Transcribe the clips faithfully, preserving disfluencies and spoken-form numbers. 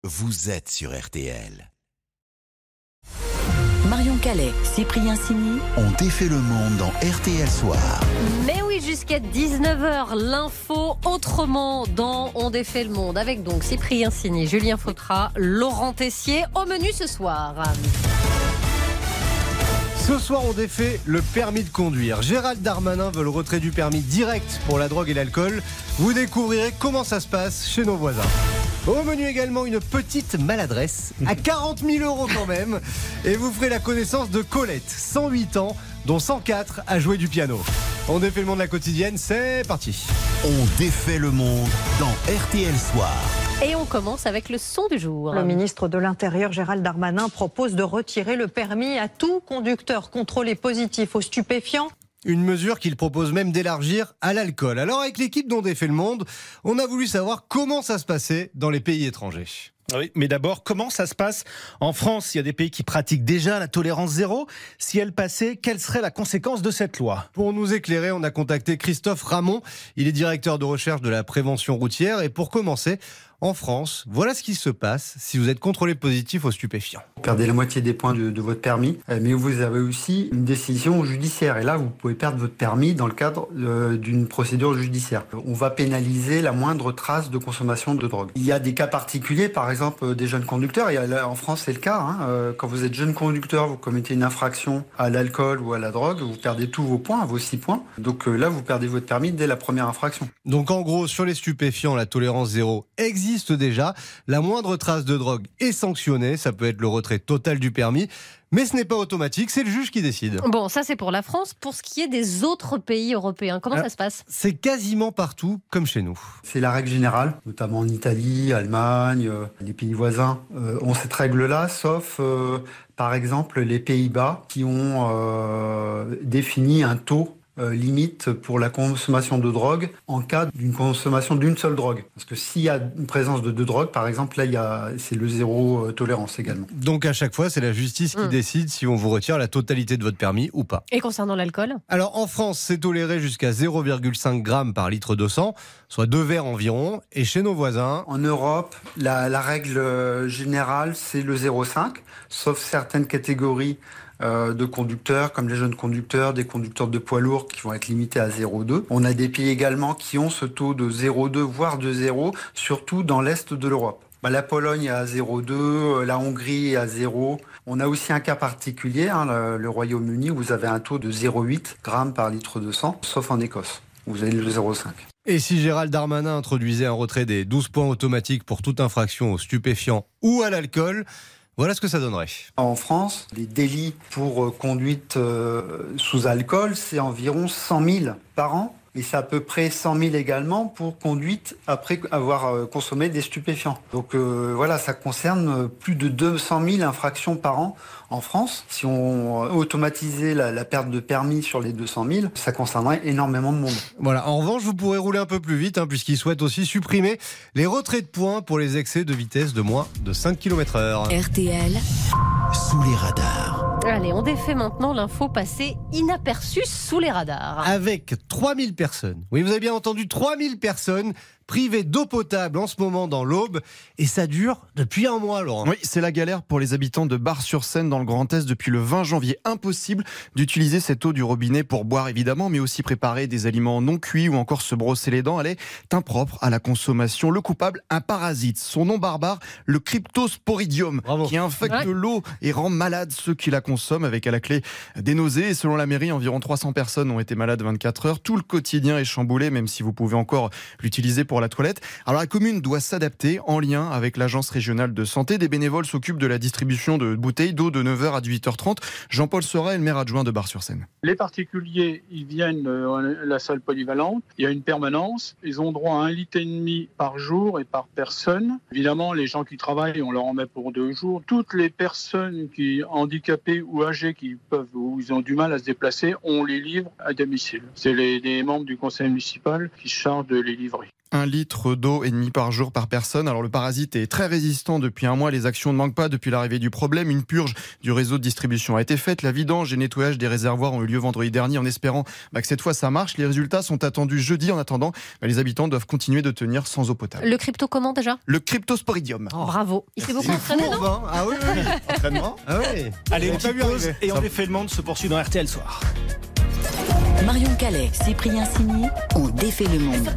vous êtes sur R T L. Marion Calais, Cyprien Signy. On défait le monde dans R T L Soir. Mais oui, jusqu'à dix-neuf heures, l'info autrement dans On défait le monde. Avec donc Cyprien Signy, Julien Fautra, Laurent Tessier. Au menu ce soir. Ce soir, on défait le permis de conduire. Gérald Darmanin veut le retrait du permis direct pour la drogue et l'alcool. Vous découvrirez comment ça se passe chez nos voisins. Au menu également, une petite maladresse, à quarante mille euros quand même. Et vous ferez la connaissance de Colette, cent huit ans, dont cent quatre à jouer du piano. On défait le monde de la quotidienne, c'est parti. On défait le monde dans R T L Soir. Et on commence avec le son du jour. Le ministre de l'Intérieur, Gérald Darmanin, propose de retirer le permis à tout conducteur contrôlé positif aux stupéfiants. Une mesure qu'il propose même d'élargir à l'alcool. Alors avec l'équipe d'On défait le monde, on a voulu savoir comment ça se passait dans les pays étrangers. Oui, mais d'abord, comment ça se passe en France? Il y a des pays qui pratiquent déjà la tolérance zéro. Si elle passait, quelle serait la conséquence de cette loi? Pour nous éclairer, on a contacté Christophe Ramon. Il est directeur de recherche de la prévention routière. Et pour commencer, en France, voilà ce qui se passe si vous êtes contrôlé positif aux stupéfiants. Vous perdez la moitié des points de, de votre permis, mais vous avez aussi une décision judiciaire. Et là, vous pouvez perdre votre permis dans le cadre euh, d'une procédure judiciaire. On va pénaliser la moindre trace de consommation de drogue. Il y a des cas particuliers, par exemple des jeunes conducteurs. Et là, en France, c'est le cas. Hein. Euh, quand vous êtes jeune conducteur, vous commettez une infraction à l'alcool ou à la drogue, vous perdez tous vos points, vos six points. Donc euh, là, vous perdez votre permis dès la première infraction. Donc en gros, sur les stupéfiants, la tolérance zéro existe déjà. La moindre trace de drogue est sanctionnée. Ça peut être le retrait total du permis. Mais ce n'est pas automatique, c'est le juge qui décide. Bon, ça c'est pour la France. Pour ce qui est des autres pays européens, comment Alors, ça se passe? C'est quasiment partout comme chez nous. C'est la règle générale, notamment en Italie, Allemagne, euh, les pays voisins euh, ont cette règle-là, sauf euh, par exemple les Pays-Bas qui ont euh, défini un taux Euh, limite pour la consommation de drogue en cas d'une consommation d'une seule drogue. Parce que s'il y a une présence de deux drogues, par exemple, là, il y a, c'est le zéro euh, tolérance également. Donc à chaque fois, c'est la justice qui mmh. décide si on vous retire la totalité de votre permis ou pas. Et concernant l'alcool? Alors en France, c'est toléré jusqu'à zéro virgule cinq grammes par litre de sang, soit deux verres environ. Et chez nos voisins... En Europe, la, la règle générale, c'est le zéro virgule cinq, sauf certaines catégories Euh, de conducteurs, comme les jeunes conducteurs, des conducteurs de poids lourds qui vont être limités à zéro virgule deux. On a des pays également qui ont ce taux de zéro virgule deux, voire de zéro, surtout dans l'Est de l'Europe. Bah, la Pologne est à zéro virgule deux, la Hongrie est à zéro. On a aussi un cas particulier, hein, le, le Royaume-Uni, où vous avez un taux de zéro virgule huit grammes par litre de sang, sauf en Écosse, où vous avez le zéro virgule cinq. Et si Gérald Darmanin introduisait un retrait des douze points automatiques pour toute infraction aux stupéfiants ou à l'alcool, voilà ce que ça donnerait. En France, les délits pour euh, conduite euh, sous alcool, c'est environ cent mille par an. Et c'est à peu près cent mille également pour conduite après avoir euh, consommé des stupéfiants. Donc euh, voilà, ça concerne plus de deux cent mille infractions par an en France. Si on automatisait la, la perte de permis sur les deux cent mille, ça concernerait énormément de monde. Voilà. En revanche, vous pourrez rouler un peu plus vite, hein, puisqu'ils souhaitent aussi supprimer les retraits de points pour les excès de vitesse de moins de cinq kilomètres heure. R T L. Sous les radars. Allez, on défait maintenant l'info passée inaperçue sous les radars. Avec trois mille personnes, oui vous avez bien entendu, trois mille personnes privées d'eau potable en ce moment dans l'Aube, et ça dure depuis un mois, Laurent. Oui, c'est la galère pour les habitants de Bar-sur-Seine dans le Grand Est depuis le vingt janvier. Impossible d'utiliser cette eau du robinet pour boire évidemment, mais aussi préparer des aliments non cuits ou encore se brosser les dents. Elle est impropre à la consommation. Le coupable, un parasite. Son nom barbare, le Cryptosporidium, Bravo. qui infecte Ouais. l'eau et rend malade ceux qui la consomment, avec à la clé des nausées. Et selon la mairie, environ trois cents personnes ont été malades vingt-quatre heures. Tout le quotidien est chamboulé, même si vous pouvez encore l'utiliser pour la toilette. Alors la commune doit s'adapter en lien avec l'agence régionale de santé. Des bénévoles s'occupent de la distribution de bouteilles d'eau de neuf heures à dix-huit heures trente. Jean-Paul Seurat est le maire adjoint de Bar-sur-Seine. Les particuliers, ils viennent à la salle polyvalente, il y a une permanence, ils ont droit à un litre et demi par jour et par personne. Évidemment, les gens qui travaillent, on leur en met pour deux jours. Toutes les personnes qui handicapées ou âgées qui peuvent ou ils ont du mal à se déplacer, on les livre à domicile. C'est les, les membres du conseil municipal qui se chargent de les livrer. Un litre d'eau et demi par jour par personne. Alors le parasite est très résistant depuis un mois. Les actions ne manquent pas depuis l'arrivée du problème. Une purge du réseau de distribution a été faite. La vidange et nettoyage des réservoirs ont eu lieu vendredi dernier en espérant bah, que cette fois ça marche. Les résultats sont attendus jeudi. En attendant, bah, les habitants doivent continuer de tenir sans eau potable. Le crypto comment déjà ? Le cryptosporidium. Oh. Bravo. Il s'est beaucoup entraîné, non ? Hein ah oui, oui. Entraînement. Ah oui. Allez, On une t'a petite vu pause arriver. et on Ça- défait le monde se poursuit dans R T L Soir. Marion Calais, Cyprien Signy ont défait le monde.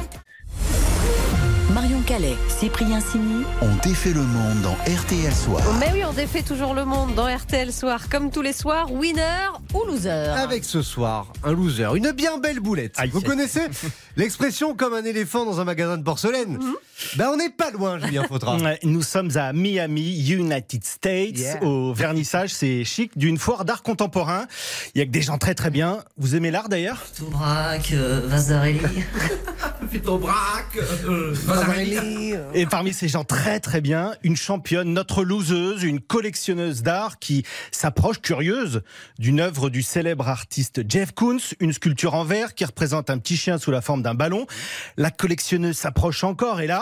Marion Calais, Cyprien Signy On défait le monde dans R T L Soir. Mais oui, on défait toujours le monde dans R T L Soir. Comme tous les soirs, winner ou loser. Avec ce soir, un loser, une bien belle boulette. Aïe, Vous aïe. connaissez l'expression comme un éléphant dans un magasin de porcelaine Mm-hmm. Ben on n'est pas loin, Julien Fautra. Ouais, nous sommes à Miami, United States, Yeah. au vernissage, c'est chic, d'une foire d'art contemporain. Il y a que des gens très très bien. Vous aimez l'art d'ailleurs ? Tout braque, euh, Vasarely. Plutôt braque, euh, Vasarely. Et parmi ces gens très très bien, une championne, notre loseuse, une collectionneuse d'art qui s'approche curieuse d'une œuvre du célèbre artiste Jeff Koons, une sculpture en verre qui représente un petit chien sous la forme d'un ballon. La collectionneuse s'approche encore et là,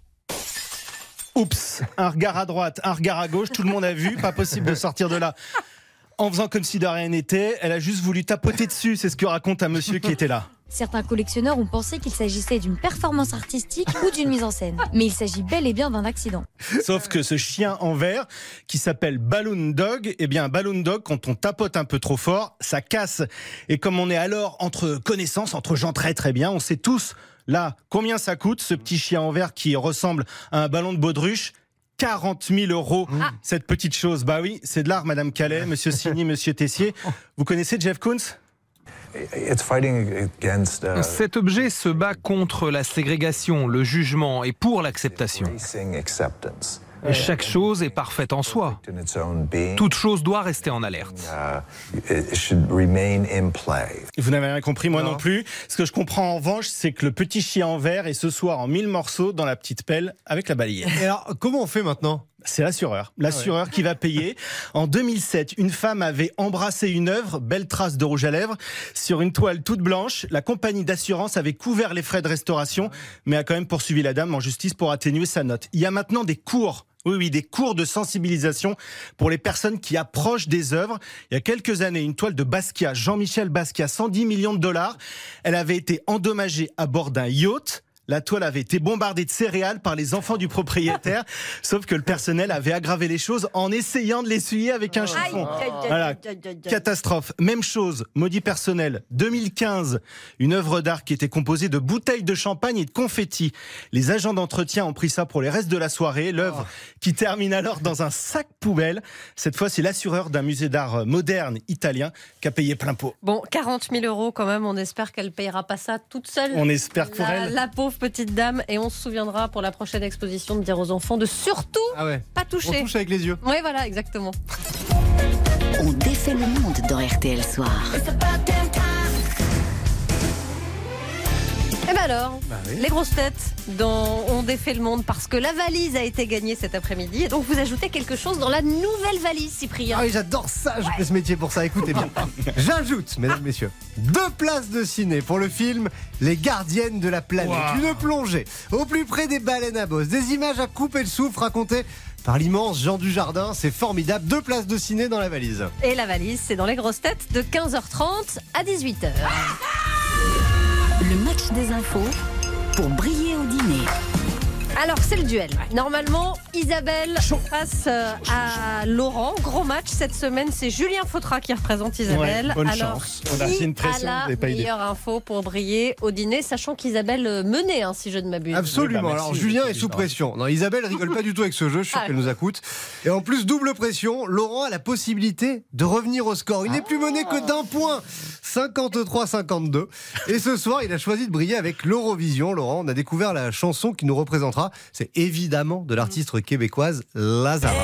oups, un regard à droite, un regard à gauche, tout le monde a vu, pas possible de sortir de là en faisant comme si de rien n'était. Elle a juste voulu tapoter dessus, c'est ce que raconte un monsieur qui était là. Certains collectionneurs ont pensé qu'il s'agissait d'une performance artistique ou d'une mise en scène. Mais il s'agit bel et bien d'un accident. Sauf que ce chien en verre, qui s'appelle Balloon Dog, eh bien, Balloon Dog, quand on tapote un peu trop fort, ça casse. Et comme on est alors entre connaissances, entre gens très très bien, on sait tous, là, combien ça coûte, ce petit chien en verre qui ressemble à un ballon de baudruche. quarante mille euros, Ah. cette petite chose. Bah oui, c'est de l'art, Madame Calais, Monsieur Signy, Monsieur Tessier. Vous connaissez Jeff Koons ? Cet objet se bat contre la ségrégation, le jugement et pour l'acceptation. Chaque chose est parfaite en soi. Toute chose doit rester en alerte. Vous n'avez rien compris, moi non. Non. plus. Ce que je comprends en revanche, c'est que le petit chien en verre est ce soir en mille morceaux dans la petite pelle avec la balayette. Et alors, comment on fait maintenant ? C'est l'assureur. L'assureur qui va payer. En deux mille sept, une femme avait embrassé une œuvre, belle trace de rouge à lèvres, sur une toile toute blanche. La compagnie d'assurance avait couvert les frais de restauration, mais a quand même poursuivi la dame en justice pour atténuer sa note. Il y a maintenant des cours. Oui, oui, des cours de sensibilisation pour les personnes qui approchent des œuvres. Il y a quelques années, une toile de Basquiat, Jean-Michel Basquiat, cent dix millions de dollars. Elle avait été endommagée à bord d'un yacht. La toile avait été bombardée de céréales par les enfants du propriétaire, sauf que le personnel avait aggravé les choses en essayant de l'essuyer avec un chiffon. Voilà, catastrophe. Même chose, maudit personnel. deux mille quinze, une œuvre d'art qui était composée de bouteilles de champagne et de confettis. Les agents d'entretien ont pris ça pour les restes de la soirée. L'œuvre qui termine alors dans un sac poubelle. Cette fois, c'est l'assureur d'un musée d'art moderne italien qui a payé plein pot. Bon, quarante mille euros quand même, on espère qu'elle ne payera pas ça toute seule. On espère pour la, elle. La pauvre petite dame, et on se souviendra pour la prochaine exposition de dire aux enfants de surtout Ah ouais. pas On toucher. touche avec les yeux. Oui, voilà, exactement. On défait le monde dans R T L Soir. Et ben alors, Bah oui. les grosses têtes dont on défait le monde parce que la valise a été gagnée cet après-midi. Et donc vous ajoutez quelque chose dans la nouvelle valise, Cyprien. Ah oui, j'adore ça, je fais ce métier pour ça, écoutez bien. J'ajoute, mesdames, messieurs, deux places de ciné pour le film Les Gardiennes de la Planète. Wow. Une plongée au plus près des baleines à bosse, des images à couper le souffle racontées par l'immense Jean Dujardin. C'est formidable, deux places de ciné dans la valise. Et la valise, c'est dans les grosses têtes de quinze heures trente à dix-huit heures. Le match des infos pour briller au dîner. Alors, c'est le duel. Normalement, Isabelle face euh, à Laurent. Gros match cette semaine, c'est Julien Fautra qui représente Isabelle. Ouais, bonne Alors, chance. On a qui fait une pression, a vous la n'avez pas idée. meilleure info pour briller au dîner, sachant qu'Isabelle euh, menait, hein, si je ne m'abuse. Absolument. Oui, bah, merci, Alors Julien est merci, sous Laurent. pression. Non, Isabelle rigole pas du tout avec ce jeu, je suis sûr Ah. qu'elle nous accoute. Et en plus, double pression, Laurent a la possibilité de revenir au score. Il n'est plus mené que d'un point, cinquante-trois à cinquante-deux. Et ce soir, il a choisi de briller avec l'Eurovision. Laurent, on a découvert la chanson qui nous représentera. C'est évidemment de l'artiste québécoise Lazara.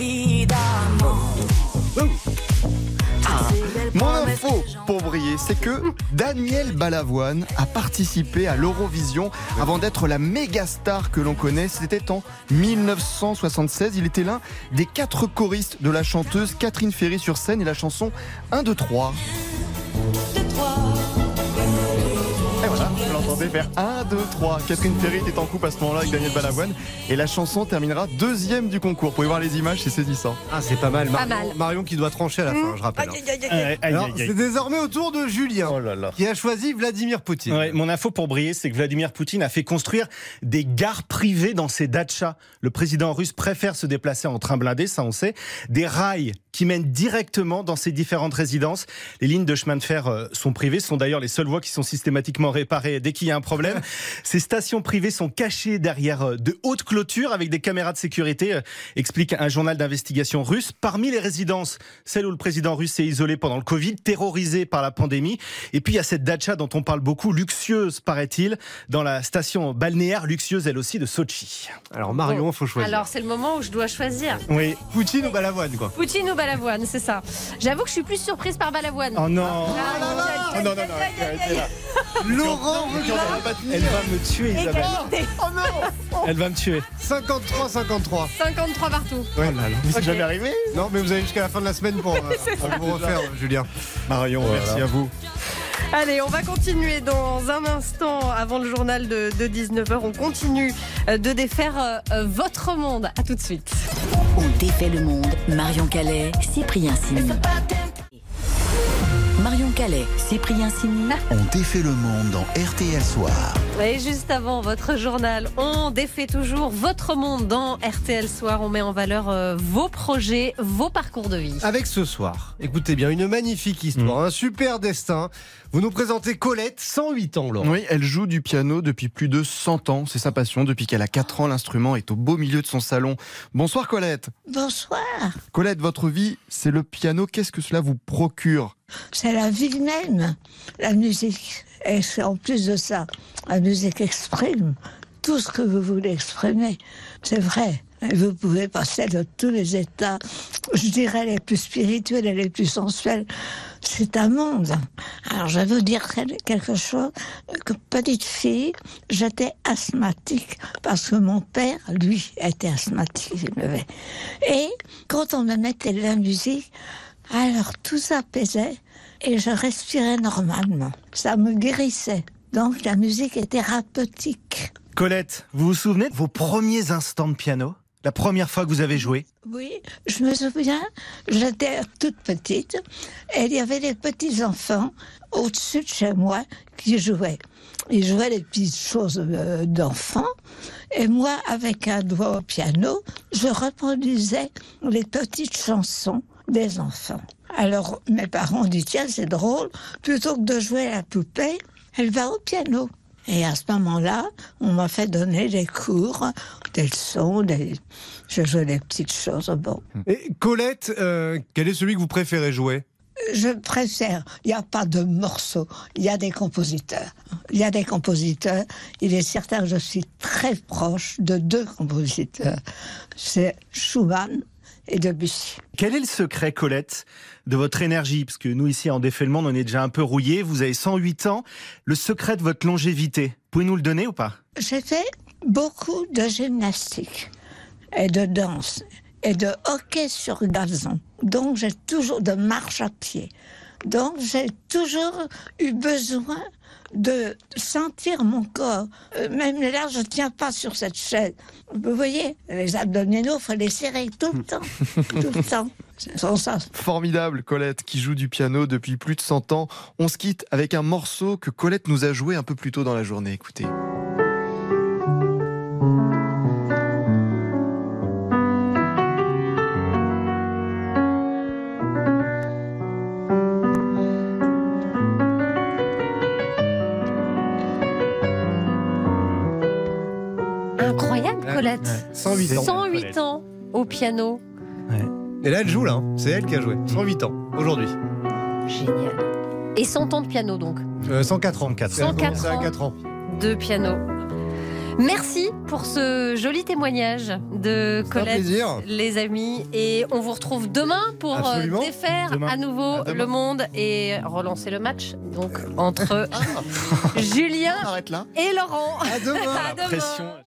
Mon info pour briller, c'est que Daniel Balavoine a participé à l'Eurovision avant d'être la méga star que l'on connaît. C'était en mille neuf cent soixante-seize. Il était l'un des quatre choristes de la chanteuse Catherine Ferry sur scène et la chanson un, deux, trois. Et voilà, je l'entends. en défaire un, deux, trois. Catherine Ferry était en couple à ce moment-là avec Daniel Balavoine. Et la chanson terminera deuxième du concours. Vous pouvez voir les images, c'est saisissant. Ah, c'est pas mal. Pas Marion, mal. Marion qui doit trancher à la fin, je rappelle. Aïe, aïe, aïe, aïe. Aïe, aïe, Alors, aïe, aïe. c'est désormais au tour de Julien, Oh là là. qui a choisi Vladimir Poutine. Ouais, mon info pour briller, c'est que Vladimir Poutine a fait construire des gares privées dans ses datchas. Le président russe préfère se déplacer en train blindé, ça on sait. Des rails qui mènent directement dans ses différentes résidences. Les lignes de chemin de fer euh, sont privées, ce sont d'ailleurs les seules voies qui sont systématiquement réparées dès qu'il y a un problème. Ces stations privées sont cachées derrière euh, de hautes clôtures avec des caméras de sécurité, euh, explique un journal d'investigation russe. Parmi les résidences, celle où le président russe s'est isolé pendant le Covid, terrorisé par la pandémie. Et puis il y a cette datcha dont on parle beaucoup, luxueuse paraît-il, dans la station balnéaire luxueuse elle aussi de Sochi. Alors Marion, il faut choisir. Alors c'est le moment où je dois choisir. Oui. Poutine ou Balavoine, quoi. Poutine ou Balavoine, c'est ça. J'avoue que je suis plus surprise par Balavoine. Oh non. Ah, Oh non, non, non, arrêtez là. Laurent Elle va me tuer, Isabelle. Égalité. Oh non. Elle va me tuer. cinquante-trois cinquante-trois. cinquante-trois partout. Ouais. Mais c'est Ok. jamais arrivé. Non, mais vous avez jusqu'à la fin de la semaine pour, euh, pour vous refaire, Julien. Marion, merci à vous. Allez, on va continuer dans un instant avant le journal de, de dix-neuf heures. On continue euh, de défaire euh, votre monde. À tout de suite. On défait le monde. Marion Calais, Cyprien Sini. Marion Calais, Cyprien Sini. On défait le monde dans R T L Soir. Et juste avant votre journal, on défait toujours votre monde dans R T L Soir. On met en valeur euh, vos projets, vos parcours de vie. Avec ce soir, écoutez bien, une magnifique histoire, mmh. un super destin. Vous nous présentez Colette, cent huit ans, Laurent. Oui, elle joue du piano depuis plus de cent ans. C'est sa passion. Depuis qu'elle a quatre ans, l'instrument est au beau milieu de son salon. Bonsoir Colette. Bonsoir. Colette, votre vie, c'est le piano. Qu'est-ce que cela vous procure ? C'est la vie même, la musique. Et c'est en plus de ça, la musique exprime tout ce que vous voulez exprimer. C'est vrai. Et vous pouvez passer de tous les états, je dirais les plus spirituels et les plus sensuels. C'est un monde. Alors je vais vous dire quelque chose. Que petite fille, j'étais asthmatique parce que mon père, lui, était asthmatique. Et quand on me mettait de la musique, alors tout s'apaisait et je respirais normalement. Ça me guérissait. Donc la musique est thérapeutique. Colette, vous vous souvenez de vos premiers instants de piano ? La première fois que vous avez joué ? Oui, je me souviens, j'étais toute petite et il y avait des petits-enfants au-dessus de chez moi qui jouaient. Ils jouaient les petites choses d'enfants et moi, avec un doigt au piano, je reproduisais les petites chansons des enfants. Alors mes parents ont dit, tiens, c'est drôle, plutôt que de jouer à la poupée, elle va au piano. Et à ce moment-là, on m'a fait donner des cours, des leçons, des... je jouais des petites choses. Bon. Et Colette, euh, quel est celui que vous préférez jouer ? Je préfère, il n'y a pas de morceaux, il y a des compositeurs. Il y a des compositeurs, il est certain que je suis très proche de deux compositeurs. C'est Schumann et Debussy. Quel est le secret, Colette, de votre énergie ? Parce que nous, ici, en Défait le Monde, on est déjà un peu rouillés. Vous avez cent huit ans. Le secret de votre longévité, pouvez nous le donner ou pas ? J'ai fait beaucoup de gymnastique et de danse et de hockey sur gazon. Donc, j'ai toujours de marche à pied. Donc, j'ai toujours eu besoin de sentir mon corps. Euh, même là, je ne tiens pas sur cette chaise. Vous voyez, les abdominaux, il faut les serrer tout le temps. tout le temps. C'est ça. Formidable, Colette, qui joue du piano depuis plus de cent ans. On se quitte avec un morceau que Colette nous a joué un peu plus tôt dans la journée. Écoutez. Incroyable, Colette. Ouais. cent huit ans. cent huit ans au piano. Ouais. Et là, elle joue, là. Hein. C'est elle qui a joué. cent huit ans, aujourd'hui. Génial. Et cent ans de piano, donc euh, cent quatre ans. cent quatre ans, quatre ans de piano. Merci pour ce joli témoignage de Colette, les amis. Et on vous retrouve demain pour Absolument. défaire demain. à nouveau à le monde et relancer le match donc entre Julien et Laurent. À demain. À demain.